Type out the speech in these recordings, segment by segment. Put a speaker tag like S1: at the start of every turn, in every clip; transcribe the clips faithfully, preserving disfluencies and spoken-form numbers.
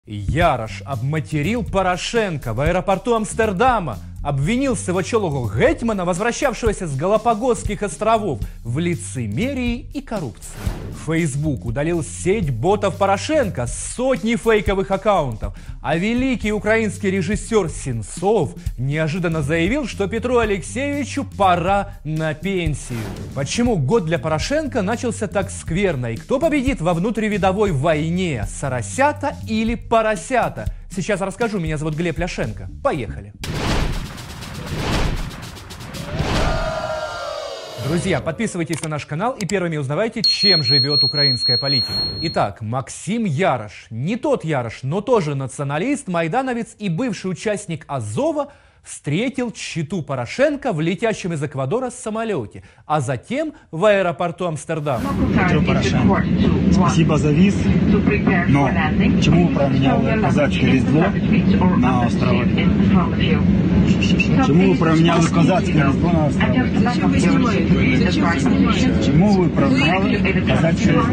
S1: Ярош обматерил Порошенко в аэропорту Амстердама, обвинил сивочолого гетьмана, возвращавшегося с Галапагосских островов, в лицемерии и коррупции. Facebook удалил сеть ботов Порошенко, сотни фейковых аккаунтов, а великий украинский режиссер Сенцов неожиданно заявил, что Петру Алексеевичу пора на пенсию. Почему год для Порошенко начался так скверно и кто победит во внутривидовой войне, соросята или поросята? Сейчас расскажу, меня зовут Глеб Ляшенко. Поехали! Друзья, подписывайтесь на наш канал и первыми узнавайте, чем живет украинская политика. Итак, Максим Ярош, не тот Ярош, но тоже националист, майдановец и бывший участник Азова, встретил читу Порошенко в летящем из Эквадора самолете, а затем в аэропорту Амстердама.
S2: Петро Порошенко, спасибо за виз, но чему вы променяли казацкое Різдво на острова? Чему вы променяли казацкое Різдво на острова? Чему вы променяли казацкое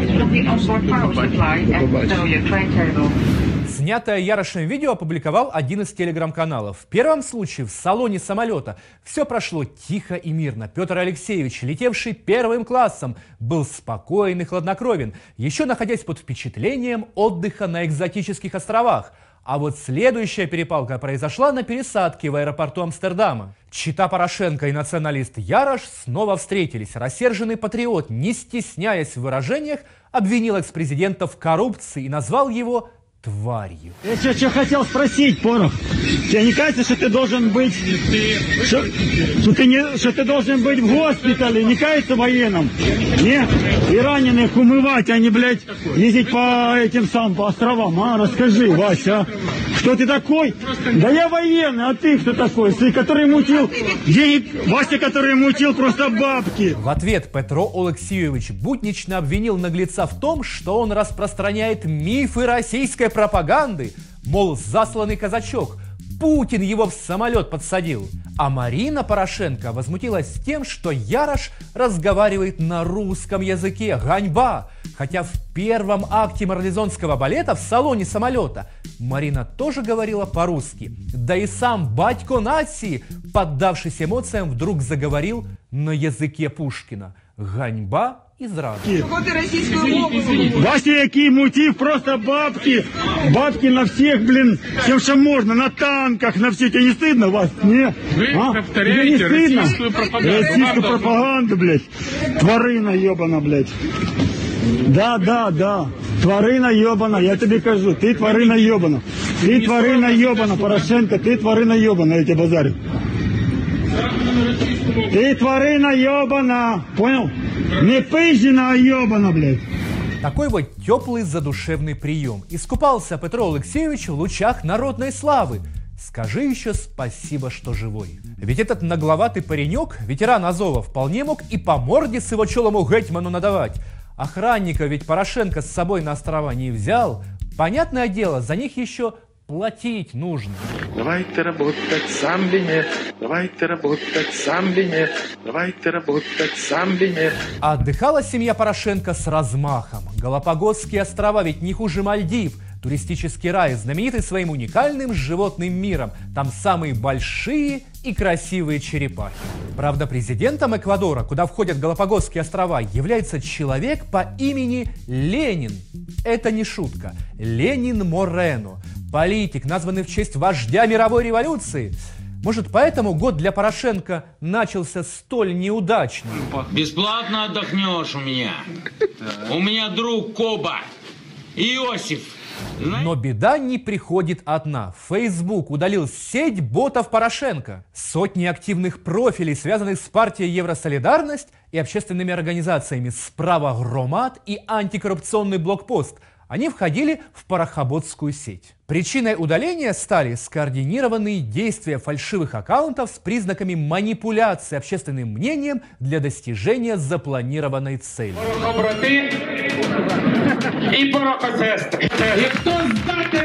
S2: Різдво?
S1: Снятое Ярошем видео опубликовал один из телеграм-каналов. В первом случае в салоне самолета все прошло тихо и мирно. Петр Алексеевич, летевший первым классом, был спокоен и хладнокровен, еще находясь под впечатлением отдыха на экзотических островах. А вот следующая перепалка произошла на пересадке в аэропорту Амстердама. Чита Порошенко и националист Ярош снова встретились. Рассерженный патриот, не стесняясь в выражениях, обвинил экс-президента в коррупции и назвал его тварью.
S2: Я что, что хотел спросить, Порох? Тебе не кажется, что ты должен быть... Что, что, ты не, что ты должен быть в госпитале? Не кажется военным? Нет? И раненых умывать, а не, блядь, ездить по этим самым, по островам, а? Расскажи, Вася, а? Кто ты такой? Да я военный, а ты кто такой? Ты, который мутил денег... Вася, который мутил просто бабки.
S1: В ответ Петро Алексеевич буднично обвинил наглеца в том, что он распространяет мифы российской пропаганды, мол, засланный казачок, Путин его в самолет подсадил. А Марина Порошенко возмутилась тем, что Ярош разговаривает на русском языке. Ганьба! Хотя в первом акте марлезонского балета в салоне самолета Марина тоже говорила по-русски. Да и сам батько нации, поддавшись эмоциям, вдруг заговорил на языке Пушкина. Ганьба и зрада.
S2: Вася, який мутив, просто бабки. Бабки на всех, блин, всем, что можно, на танках, на все. Тебе не стыдно, Вась? Нет?
S3: Вы
S2: а?
S3: повторяете российскую пропаганду.
S2: Российскую пропаганду, блядь. Тварина ебана, блядь. Да, да, да. Тварина ебана, я тебе кажу. Ты тварина ебана. Ты тварина ебана, Порошенко. Ты тварина ебана, я тебе базарю. Ты тварина ебана. Понял? Не пизжина, а ебана, блядь.
S1: Такой вот теплый задушевный прием. Искупался Петро Алексеевич в лучах народной славы. Скажи еще спасибо, что живой. Ведь этот нагловатый паренек, ветеран Азова, вполне мог и по морде сивочолому гетьману надавать. Охранника ведь Порошенко с собой на острова не взял. Понятное дело, за них еще платить нужно.
S4: Давайте работать самбине, давайте работать самбине, давайте работать самбине.
S1: А отдыхала семья Порошенко с размахом. Галапагосские острова ведь не хуже Мальдив. Туристический рай, знаменитый своим уникальным животным миром. Там самые большие и красивые черепахи. Правда, президентом Эквадора, куда входят Галапагосские острова, является человек по имени Ленин. Это не шутка. Ленин Морено. Политик, названный в честь вождя мировой революции. Может, поэтому год для Порошенко начался столь неудачно?
S5: Бесплатно отдохнешь у меня. У меня друг Коба. Иосиф.
S1: Но беда не приходит одна. Facebook удалил сеть ботов Порошенко. Сотни активных профилей, связанных с партией Евросолидарность и общественными организациями «Справа Громад» и «Антикоррупционный блокпост». Они входили в порохоботскую сеть. Причиной удаления стали скоординированные действия фальшивых аккаунтов с признаками манипуляции общественным мнением для достижения запланированной цели.
S3: Порохобрати і порохосестри. І хто здатен захистити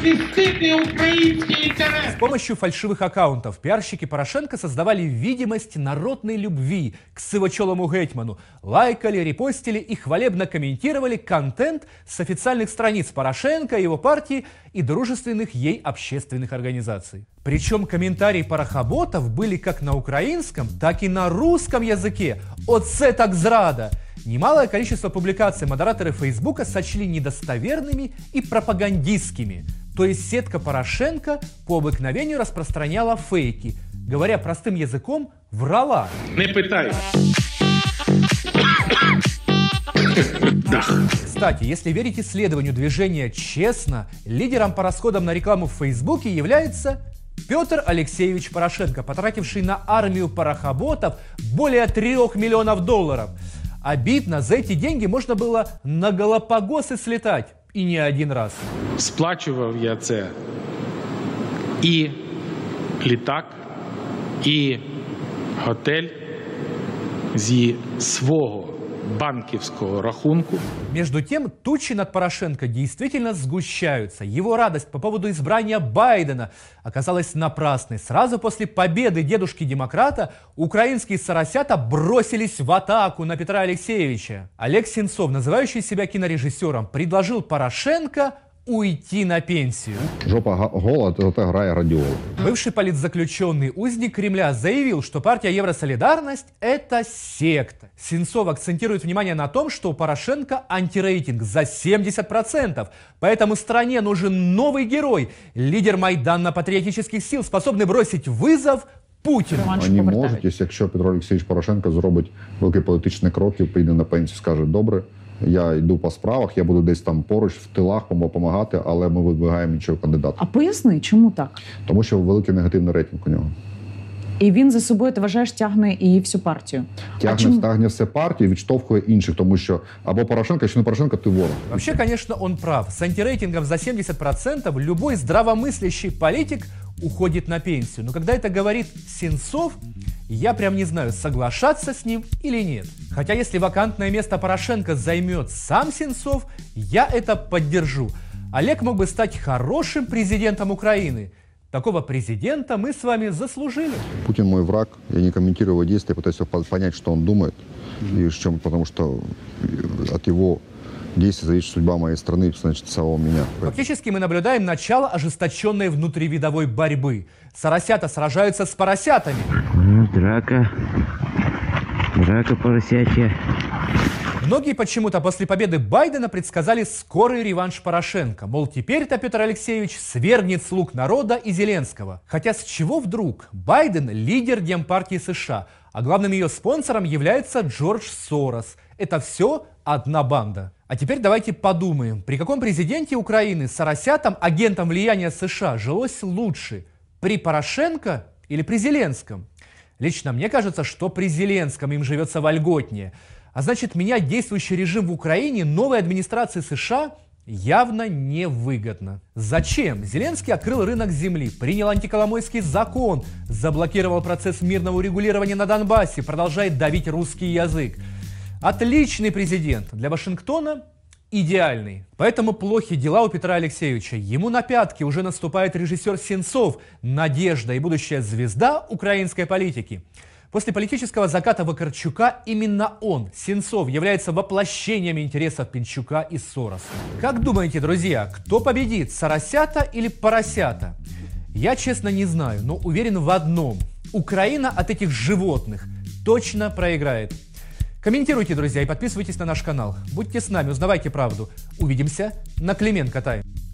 S5: бесстыдные украинские интересы.
S1: С помощью фальшивых аккаунтов пиарщики Порошенко создавали видимость народной любви к сивочолому гетьману, лайкали, репостили и хвалебно комментировали контент с официальных страниц Порошенко, его партии и дружественных ей общественных организаций. Причем комментарии парохоботов были как на украинском, так и на русском языке. Оце так зрада! Немалое количество публикаций модераторы Фейсбука сочли недостоверными и пропагандистскими. То есть сетка Порошенко по обыкновению распространяла фейки. Говоря простым языком, врала.
S4: Не питай.
S1: Кстати, если верить исследованию движения «Честно», лидером по расходам на рекламу в Фейсбуке является Петр Алексеевич Порошенко, потративший на армию парохоботов более трех миллионов долларов. Обидно, за эти деньги можно было на Галапагосы слетать, і не один раз.
S3: Сплачував я це і літак, і готель зі свого банківського рахунку.
S1: Между тем, тучи над Порошенко действительно сгущаются. Его радость по поводу избрания Байдена оказалась напрасной. Сразу после победы дедушки-демократа украинские соросята бросились в атаку на Петра Алексеевича. Олег Сенцов, называющий себя кинорежиссером, предложил Порошенко уйти на пенсию.
S6: Жопа гола, зато грає радіола.
S1: Бывший политзаключенный узник Кремля заявил, что партия Евросолидарность – это секта. Сенцов акцентирует внимание на том, что у Порошенко антирейтинг за семьдесят процентов. Поэтому стране нужен новый герой, лидер майданно-патриотических сил, способный бросить вызов Путіну.
S6: Вони можуть, якщо Петро Олексійович Порошенко зробить великий політичний крок і піде на пенсію, скаже, добре, я йду по справах, я буду десь там поруч, в тилах, допомагати, але ми видвигаємо іншого кандидата.
S7: А поясни, чому так?
S6: Тому що великий негативний рейтинг у нього.
S7: І він за собою, ти вважаєш, тягне і всю партію?
S6: Тягне, чому... тягне все партію, відштовхує інших, тому що або Порошенко, якщо не Порошенко, ти ворог.
S1: Вообще, конечно, он прав. С антирейтингом за семьдесят процентов любой здравомыслящий политик уходит на пенсию. Но когда это говорит Сенцов, я прям не знаю, соглашаться с ним или нет. Хотя если вакантное место Порошенко займет сам Сенцов, я это поддержу. Олег мог бы стать хорошим президентом Украины. Такого президента мы с вами заслужили.
S6: Путин мой враг, я не комментирую его действия, пытаюсь понять, что он думает, и с чем, потому что от его действий зависит судьба моей страны, значит, самого меня.
S1: Фактически мы наблюдаем начало ожесточенной внутривидовой борьбы. Соросята сражаются с поросятами.
S8: Ну, драка. Драка поросячья.
S1: Многие почему-то после победы Байдена предсказали скорый реванш Порошенко. Мол, теперь-то Петр Алексеевич свергнет слуг народа и Зеленского. Хотя с чего вдруг? Байден – лидер Демпартии США, а главным ее спонсором является Джордж Сорос. Это все одна банда. А теперь давайте подумаем, при каком президенте Украины соросятам, агентам влияния США, жилось лучше? При Порошенко или при Зеленском? Лично мне кажется, что при Зеленском им живется вольготнее. А значит, менять действующий режим в Украине новой администрации США явно невыгодно. Зачем? Зеленский открыл рынок земли, принял антиколомойский закон, заблокировал процесс мирного урегулирования на Донбассе, продолжает давить русский язык. Отличный президент. Для Вашингтона идеальный. Поэтому плохи дела у Петра Алексеевича. Ему на пятки уже наступает режиссер Сенцов, надежда и будущая звезда украинской политики. После политического заката Вакарчука именно он, Сенцов, является воплощением интересов Пинчука и Сороса. Как думаете, друзья, кто победит, соросята или поросята? Я, честно, не знаю, но уверен в одном. Украина от этих животных точно проиграет. Комментируйте, друзья, и подписывайтесь на наш канал. Будьте с нами, узнавайте правду. Увидимся на Клименко Тайм.